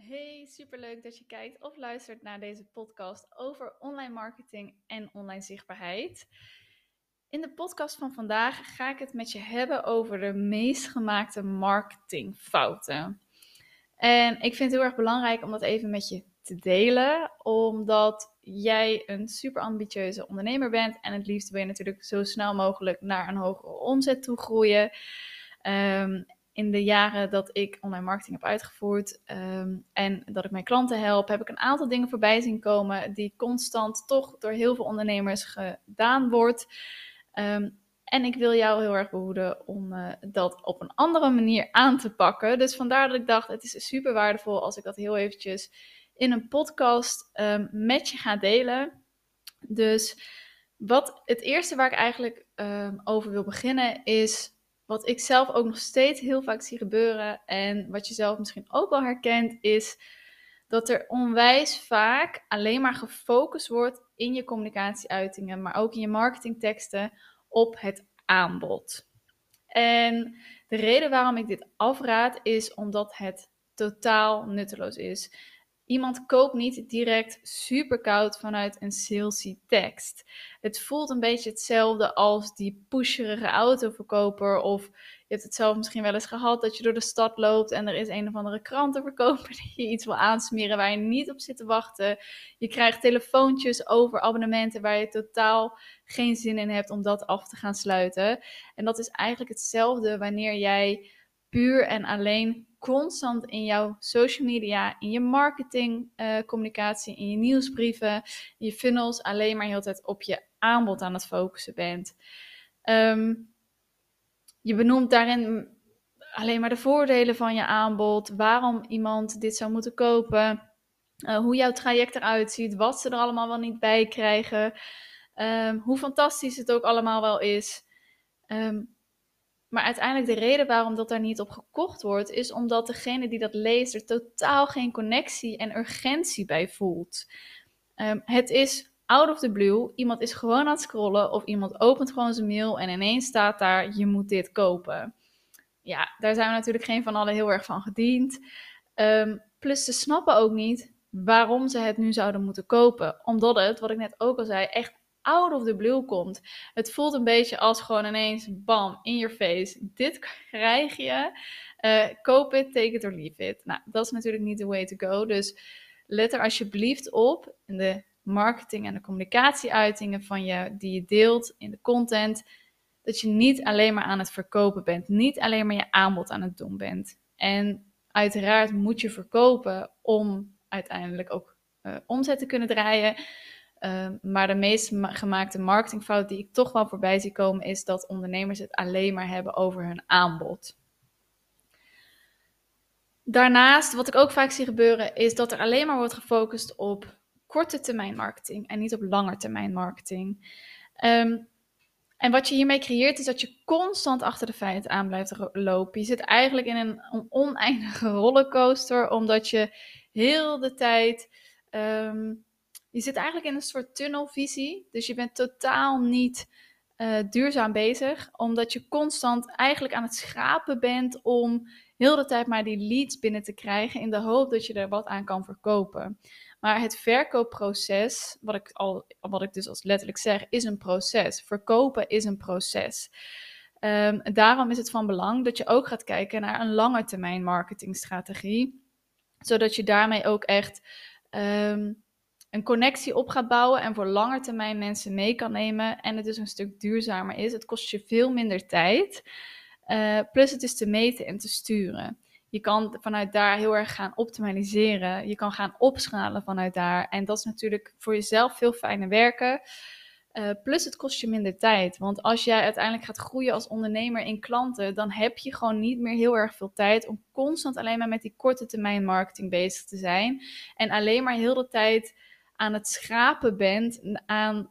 Hey, superleuk dat je kijkt of luistert naar deze podcast over online marketing en online zichtbaarheid. In de podcast van vandaag ga ik het met je hebben over de meest gemaakte marketingfouten. En ik vind het heel erg belangrijk om dat even met je te delen, omdat jij een super ambitieuze ondernemer bent en het liefst wil je natuurlijk zo snel mogelijk naar een hogere omzet toe groeien. In de jaren dat ik online marketing heb uitgevoerd en dat ik mijn klanten help, heb ik een aantal dingen voorbij zien komen die constant toch door heel veel ondernemers gedaan wordt. En ik wil jou heel erg behoeden om dat op een andere manier aan te pakken. Dus vandaar dat ik dacht, het is super waardevol als ik dat heel eventjes in een podcast met je ga delen. Dus het eerste waar ik eigenlijk over wil beginnen is wat ik zelf ook nog steeds heel vaak zie gebeuren en wat je zelf misschien ook wel herkent, is dat er onwijs vaak alleen maar gefocust wordt in je communicatieuitingen, maar ook in je marketingteksten op het aanbod. En de reden waarom ik dit afraad is omdat het totaal nutteloos is. Iemand koopt niet direct super koud vanuit een salesy tekst. Het voelt een beetje hetzelfde als die pusherige autoverkoper. Of je hebt het zelf misschien wel eens gehad dat je door de stad loopt en er is een of andere krantenverkoper die je iets wil aansmeren waar je niet op zit te wachten. Je krijgt telefoontjes over abonnementen waar je totaal geen zin in hebt om dat af te gaan sluiten. En dat is eigenlijk hetzelfde wanneer jij puur en alleen constant in jouw social media, in je marketing communicatie, in je nieuwsbrieven, in je funnels alleen maar heel de tijd op je aanbod aan het focussen bent. Je benoemt daarin alleen maar de voordelen van je aanbod, waarom iemand dit zou moeten kopen, hoe jouw traject eruit ziet, wat ze er allemaal wel niet bij krijgen, hoe fantastisch het ook allemaal wel is. Maar uiteindelijk de reden waarom dat daar niet op gekocht wordt, is omdat degene die dat leest er totaal geen connectie en urgentie bij voelt. Het is out of the blue. Iemand is gewoon aan het scrollen of iemand opent gewoon zijn mail en ineens staat daar, je moet dit kopen. Ja, daar zijn we natuurlijk geen van allen heel erg van gediend. Plus ze snappen ook niet waarom ze het nu zouden moeten kopen. Omdat het, wat ik net ook al zei, echt out of the blue komt. Het voelt een beetje als gewoon ineens, bam, in your face. Dit krijg je. Koop it, take it or leave it. Nou, dat is natuurlijk niet the way to go. Dus let er alsjeblieft op in de marketing en de communicatieuitingen van je, die je deelt in de content, dat je niet alleen maar aan het verkopen bent. Niet alleen maar je aanbod aan het doen bent. En uiteraard moet je verkopen om uiteindelijk ook omzet te kunnen draaien. Maar de meest gemaakte marketingfout die ik toch wel voorbij zie komen, is dat ondernemers het alleen maar hebben over hun aanbod. Daarnaast, wat ik ook vaak zie gebeuren, is dat er alleen maar wordt gefocust op korte termijn marketing en niet op lange termijn marketing. En wat je hiermee creëert, is dat je constant achter de feiten aan blijft lopen. Je zit eigenlijk in een oneindige rollercoaster, omdat je heel de tijd je zit eigenlijk in een soort tunnelvisie. Dus je bent totaal niet duurzaam bezig. Omdat je constant eigenlijk aan het schrapen bent om heel de tijd maar die leads binnen te krijgen. In de hoop dat je er wat aan kan verkopen. Maar het verkoopproces, wat ik dus als letterlijk zeg, is een proces. Verkopen is een proces. Daarom is het van belang dat je ook gaat kijken naar een lange termijn marketingstrategie. Zodat je daarmee ook echt een connectie op gaat bouwen en voor lange termijn mensen mee kan nemen. En het dus een stuk duurzamer is. Het kost je veel minder tijd. Plus het is te meten en te sturen. Je kan vanuit daar heel erg gaan optimaliseren. Je kan gaan opschalen vanuit daar. En dat is natuurlijk voor jezelf veel fijner werken. Plus het kost je minder tijd. Want als jij uiteindelijk gaat groeien als ondernemer in klanten, dan heb je gewoon niet meer heel erg veel tijd om constant alleen maar met die korte termijn marketing bezig te zijn. En alleen maar heel de tijd aan het schrapen bent aan,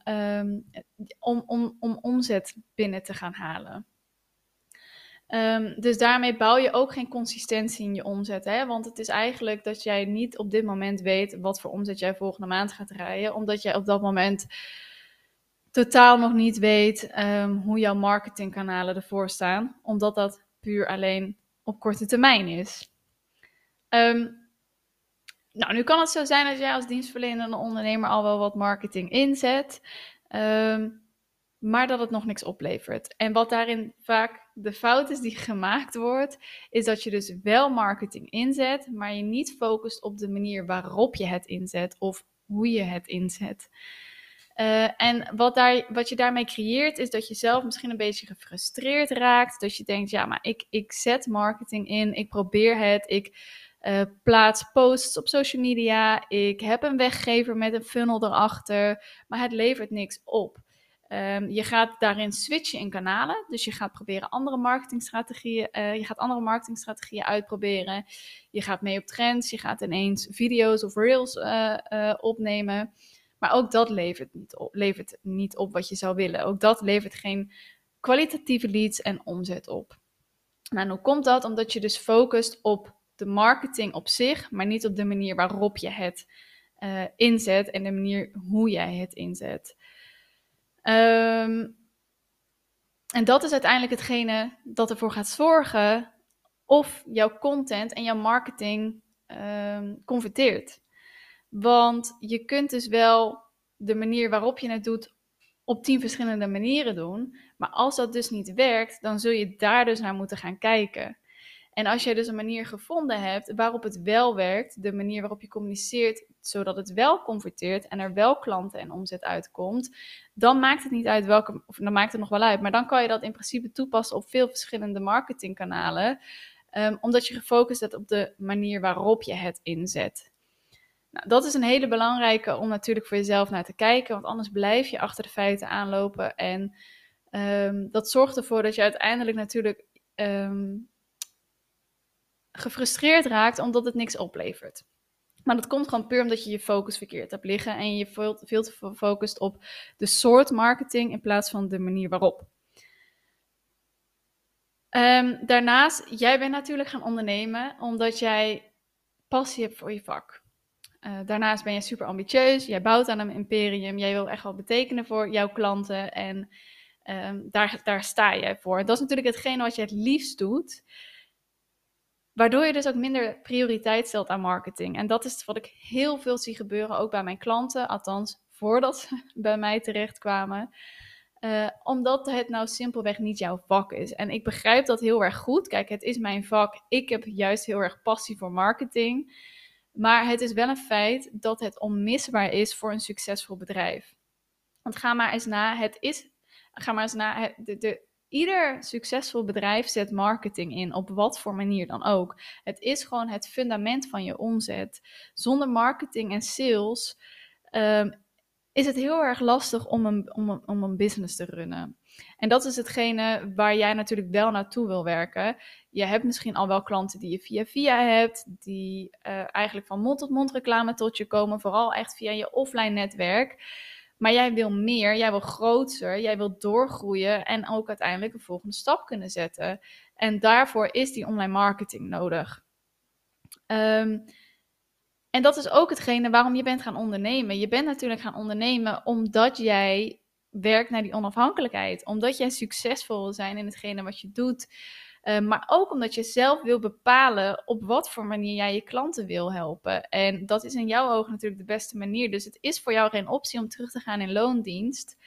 om omzet binnen te gaan halen. Dus daarmee bouw je ook geen consistentie in je omzet. Hè? Want het is eigenlijk dat jij niet op dit moment weet wat voor omzet jij volgende maand gaat draaien. Omdat jij op dat moment totaal nog niet weet hoe jouw marketingkanalen ervoor staan. Omdat dat puur alleen op korte termijn is. Nou, nu kan het zo zijn dat jij als dienstverlenende ondernemer al wel wat marketing inzet, maar dat het nog niks oplevert. En wat daarin vaak de fout is die gemaakt wordt, is dat je dus wel marketing inzet, maar je niet focust op de manier waarop je het inzet of hoe je het inzet. En wat je daarmee creëert, is dat je zelf misschien een beetje gefrustreerd raakt. Dat je denkt, ja, maar ik zet marketing in, ik probeer het, ik plaats posts op social media, ik heb een weggever met een funnel erachter, maar het levert niks op. Je gaat daarin switchen in kanalen, dus je gaat proberen andere marketingstrategieën, je gaat andere marketingstrategieën uitproberen. Je gaat mee op trends, je gaat ineens video's of reels opnemen. Maar ook dat levert niet op wat je zou willen. Ook dat levert geen kwalitatieve leads en omzet op. Nou, en hoe komt dat? Omdat je dus focust op de marketing op zich, maar niet op de manier waarop je het inzet en de manier hoe jij het inzet. En dat is uiteindelijk hetgene dat ervoor gaat zorgen of jouw content en jouw marketing converteert. Want je kunt dus wel de manier waarop je het doet op 10 verschillende manieren doen. Maar als dat dus niet werkt, dan zul je daar dus naar moeten gaan kijken. En als jij dus een manier gevonden hebt waarop het wel werkt, de manier waarop je communiceert, zodat het wel converteert en er wel klanten en omzet uitkomt, dan maakt het niet uit welke, of dan maakt het nog wel uit, maar dan kan je dat in principe toepassen op veel verschillende marketingkanalen, omdat je gefocust bent op de manier waarop je het inzet. Nou, dat is een hele belangrijke om natuurlijk voor jezelf naar te kijken, want anders blijf je achter de feiten aanlopen en dat zorgt ervoor dat je uiteindelijk natuurlijk gefrustreerd raakt omdat het niks oplevert. Maar dat komt gewoon puur omdat je je focus verkeerd hebt liggen en je veel te focust op de soort marketing in plaats van de manier waarop. Daarnaast, jij bent natuurlijk gaan ondernemen omdat jij passie hebt voor je vak. Daarnaast ben je super ambitieus, jij bouwt aan een imperium, jij wil echt wat betekenen voor jouw klanten en daar sta je voor. Dat is natuurlijk hetgene wat je het liefst doet, waardoor je dus ook minder prioriteit stelt aan marketing. En dat is wat ik heel veel zie gebeuren, ook bij mijn klanten, althans voordat ze bij mij terechtkwamen. Omdat het nou simpelweg niet jouw vak is. En ik begrijp dat heel erg goed. Kijk, het is mijn vak. Ik heb juist heel erg passie voor marketing. Maar het is wel een feit dat het onmisbaar is voor een succesvol bedrijf. Want ga maar eens na, ieder succesvol bedrijf zet marketing in, op wat voor manier dan ook. Het is gewoon het fundament van je omzet. Zonder marketing en sales is het heel erg lastig om een business te runnen. En dat is hetgene waar jij natuurlijk wel naartoe wil werken. Je hebt misschien al wel klanten die je via hebt, die eigenlijk van mond tot mond reclame tot je komen, vooral echt via je offline netwerk. Maar jij wil meer, jij wil groter, jij wil doorgroeien en ook uiteindelijk een volgende stap kunnen zetten. En daarvoor is die online marketing nodig. En dat is ook hetgene waarom je bent gaan ondernemen. Je bent natuurlijk gaan ondernemen omdat jij werkt naar die onafhankelijkheid. Omdat jij succesvol wil zijn in hetgene wat je doet. Maar ook omdat je zelf wil bepalen op wat voor manier jij je klanten wil helpen. En dat is in jouw ogen natuurlijk de beste manier. Dus het is voor jou geen optie om terug te gaan in loondienst.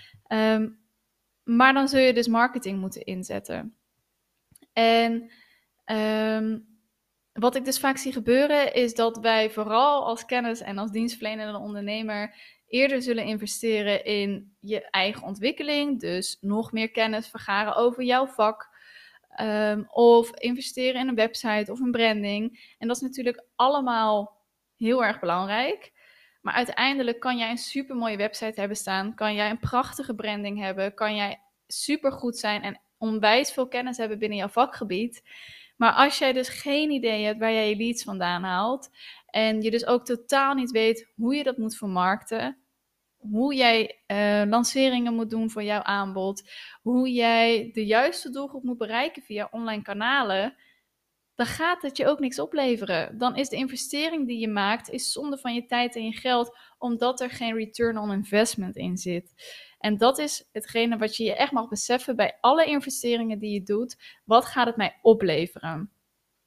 Maar dan zul je dus marketing moeten inzetten. En wat ik dus vaak zie gebeuren is dat wij vooral als kennis- en als dienstverlenende ondernemer eerder zullen investeren in je eigen ontwikkeling. Dus nog meer kennis vergaren over jouw vak. Of investeren in een website of een branding. En dat is natuurlijk allemaal heel erg belangrijk. Maar uiteindelijk kan jij een super mooie website hebben staan. Kan jij een prachtige branding hebben. Kan jij super goed zijn en onwijs veel kennis hebben binnen jouw vakgebied. Maar als jij dus geen idee hebt waar jij je leads vandaan haalt. En je dus ook totaal niet weet hoe je dat moet vermarkten. Hoe jij lanceringen moet doen voor jouw aanbod. Hoe jij de juiste doelgroep moet bereiken via online kanalen. Dan gaat het je ook niks opleveren. Dan is de investering die je maakt is zonde van je tijd en je geld. Omdat er geen return on investment in zit. En dat is hetgene wat je echt mag beseffen bij alle investeringen die je doet. Wat gaat het mij opleveren?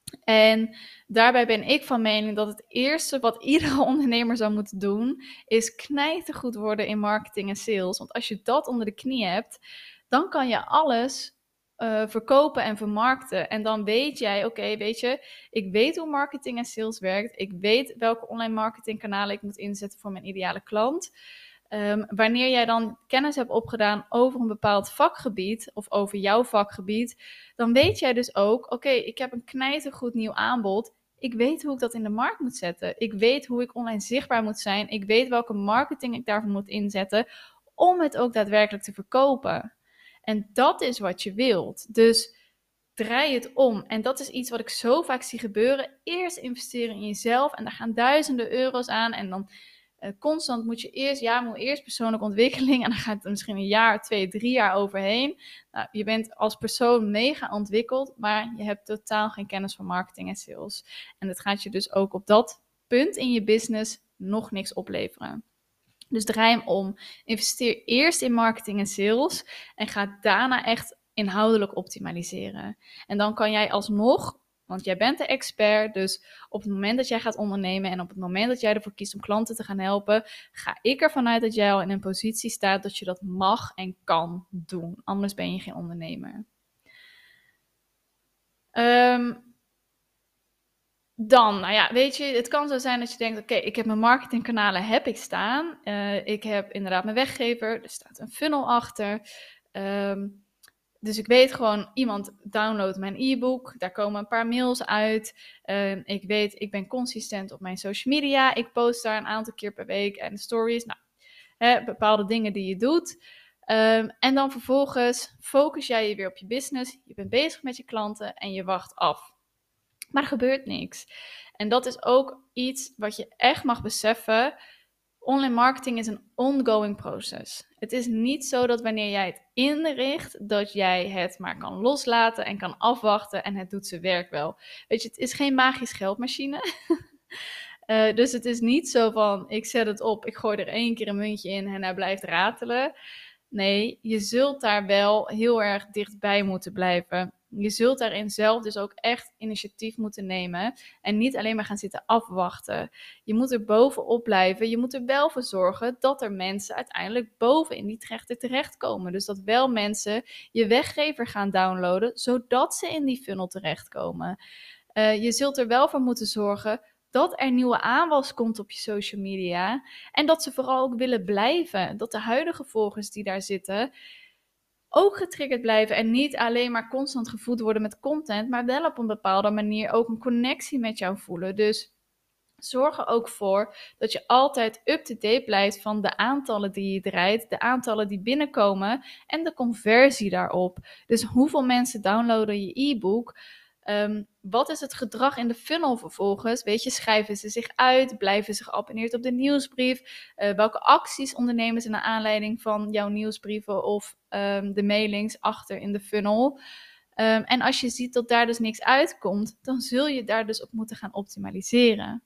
En daarbij ben ik van mening dat het eerste wat iedere ondernemer zou moeten doen, is knijtergoed worden in marketing en sales. Want als je dat onder de knie hebt, dan kan je alles verkopen en vermarkten. En dan weet jij, oké, weet je, ik weet hoe marketing en sales werkt. Ik weet welke online marketingkanalen ik moet inzetten voor mijn ideale klant. Wanneer jij dan kennis hebt opgedaan over een bepaald vakgebied of over jouw vakgebied, dan weet jij dus ook, oké, ik heb een knijtergoed nieuw aanbod. Ik weet hoe ik dat in de markt moet zetten. Ik weet hoe ik online zichtbaar moet zijn. Ik weet welke marketing ik daarvoor moet inzetten om het ook daadwerkelijk te verkopen. En dat is wat je wilt. Dus draai het om. En dat is iets wat ik zo vaak zie gebeuren. Eerst investeren in jezelf en daar gaan duizenden euro's aan en dan constant moet je eerst persoonlijke ontwikkeling en dan gaat het misschien een jaar, 2, 3 jaar overheen. Nou, je bent als persoon mega ontwikkeld, maar je hebt totaal geen kennis van marketing en sales. En dat gaat je dus ook op dat punt in je business nog niks opleveren. Dus draai hem om. Investeer eerst in marketing en sales en ga daarna echt inhoudelijk optimaliseren. En dan kan jij alsnog, want jij bent de expert, dus op het moment dat jij gaat ondernemen en op het moment dat jij ervoor kiest om klanten te gaan helpen, ga ik ervan uit dat jij al in een positie staat dat je dat mag en kan doen. Anders ben je geen ondernemer. Dan, nou ja, weet je, het kan zo zijn dat je denkt, oké, ik heb mijn marketingkanalen heb ik staan. Ik heb inderdaad mijn weggever, er staat een funnel achter. Dus ik weet gewoon, iemand downloadt mijn e-book, daar komen een paar mails uit. Ik weet, ik ben consistent op mijn social media. Ik post daar een aantal keer per week en stories. Nou, bepaalde dingen die je doet. En dan vervolgens focus jij je weer op je business. Je bent bezig met je klanten en je wacht af. Maar er gebeurt niks. En dat is ook iets wat je echt mag beseffen. Online marketing is een ongoing proces. Het is niet zo dat wanneer jij het inricht, dat jij het maar kan loslaten en kan afwachten en het doet zijn werk wel. Weet je, het is geen magisch geldmachine. Dus het is niet zo van, ik zet het op, ik gooi er 1 keer een muntje in en hij blijft ratelen. Nee, je zult daar wel heel erg dichtbij moeten blijven. Je zult daarin zelf dus ook echt initiatief moeten nemen en niet alleen maar gaan zitten afwachten. Je moet er bovenop blijven. Je moet er wel voor zorgen dat er mensen uiteindelijk boven in die trechter terechtkomen. Dus dat wel mensen je weggever gaan downloaden, zodat ze in die funnel terechtkomen. Je zult er wel voor moeten zorgen dat er nieuwe aanwas komt op je social media. En dat ze vooral ook willen blijven. Dat de huidige volgers die daar zitten ook getriggerd blijven. En niet alleen maar constant gevoed worden met content. Maar wel op een bepaalde manier ook een connectie met jou voelen. Dus zorg er ook voor dat je altijd up-to-date blijft van de aantallen die je draait. De aantallen die binnenkomen. En de conversie daarop. Dus hoeveel mensen downloaden je e-book. Wat is het gedrag in de funnel vervolgens? Weet je, schrijven ze zich uit? Blijven ze geabonneerd op de nieuwsbrief? Welke acties ondernemen ze naar aanleiding van jouw nieuwsbrieven of de mailings achter in de funnel? En als je ziet dat daar dus niks uitkomt, dan zul je daar dus op moeten gaan optimaliseren.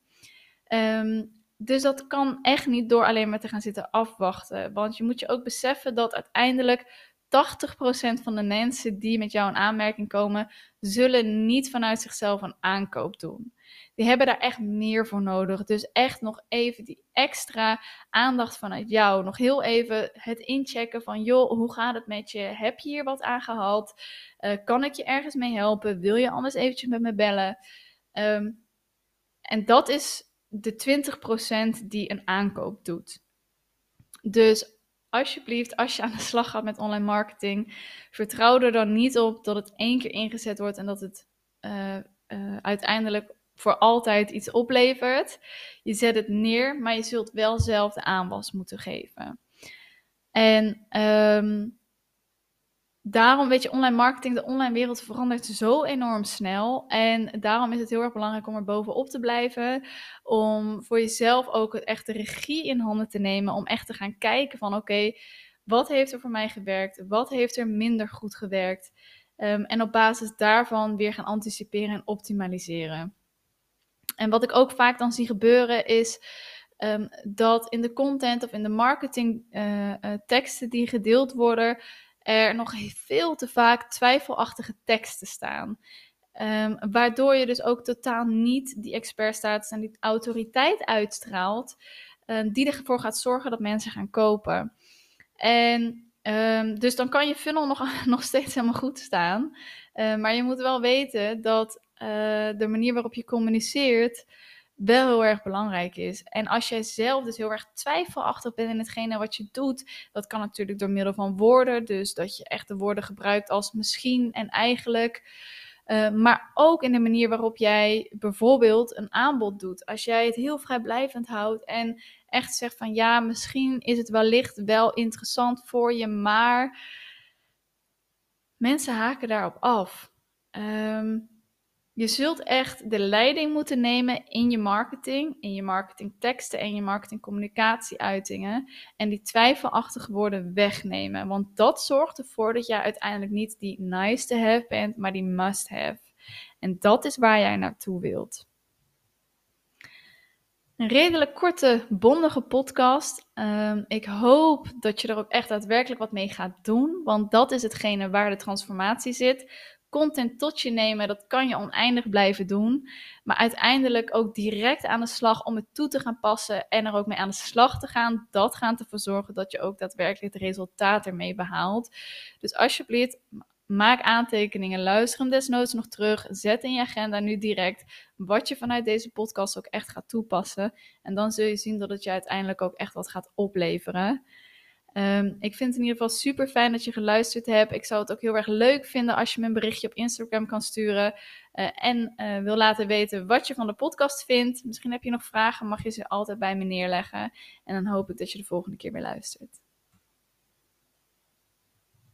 Dus dat kan echt niet door alleen maar te gaan zitten afwachten. Want je moet je ook beseffen dat uiteindelijk 80% van de mensen die met jou in aanmerking komen, zullen niet vanuit zichzelf een aankoop doen. Die hebben daar echt meer voor nodig. Dus echt nog even die extra aandacht vanuit jou. Nog heel even het inchecken van, joh, hoe gaat het met je? Heb je hier wat aan gehad? Kan ik je ergens mee helpen? Wil je anders eventjes met me bellen? En dat is de 20% die een aankoop doet. Dus alsjeblieft, als je aan de slag gaat met online marketing, vertrouw er dan niet op dat het 1 keer ingezet wordt en dat het uiteindelijk voor altijd iets oplevert. Je zet het neer, maar je zult wel zelf de aanwas moeten geven. En daarom, weet je, online marketing, de online wereld verandert zo enorm snel. En daarom is het heel erg belangrijk om er bovenop te blijven. Om voor jezelf ook echt de regie in handen te nemen. Om echt te gaan kijken van oké, wat heeft er voor mij gewerkt? Wat heeft er minder goed gewerkt? En op basis daarvan weer gaan anticiperen en optimaliseren. En wat ik ook vaak dan zie gebeuren is dat in de content of in de marketing teksten die gedeeld worden, er nog veel te vaak twijfelachtige teksten staan. Waardoor je dus ook totaal niet die expertstatus en die autoriteit uitstraalt, die ervoor gaat zorgen dat mensen gaan kopen. En dus dan kan je funnel nog steeds helemaal goed staan. Maar je moet wel weten dat de manier waarop je communiceert wel heel erg belangrijk is. En als jij zelf dus heel erg twijfelachtig bent in hetgene wat je doet, dat kan natuurlijk door middel van woorden. Dus dat je echt de woorden gebruikt als misschien en eigenlijk. Maar ook in de manier waarop jij bijvoorbeeld een aanbod doet. Als jij het heel vrijblijvend houdt en echt zegt van ja, misschien is het wellicht wel interessant voor je, maar mensen haken daarop af. Je zult echt de leiding moeten nemen in je marketingteksten en je marketingcommunicatieuitingen. En die twijfelachtige woorden wegnemen. Want dat zorgt ervoor dat jij uiteindelijk niet die nice to have bent, maar die must have. En dat is waar jij naartoe wilt. Een redelijk korte, bondige podcast. Ik hoop dat je er ook echt daadwerkelijk wat mee gaat doen. Want dat is hetgene waar de transformatie zit. Content tot je nemen, dat kan je oneindig blijven doen. Maar uiteindelijk ook direct aan de slag om het toe te gaan passen en er ook mee aan de slag te gaan. Dat gaat ervoor zorgen dat je ook daadwerkelijk het resultaat ermee behaalt. Dus alsjeblieft, maak aantekeningen, luister hem desnoods nog terug. Zet in je agenda nu direct wat je vanuit deze podcast ook echt gaat toepassen. En dan zul je zien dat het je uiteindelijk ook echt wat gaat opleveren. Ik vind het in ieder geval super fijn dat je geluisterd hebt. Ik zou het ook heel erg leuk vinden als je me een berichtje op Instagram kan sturen. En wil laten weten wat je van de podcast vindt. Misschien heb je nog vragen, mag je ze altijd bij me neerleggen. En dan hoop ik dat je de volgende keer weer luistert.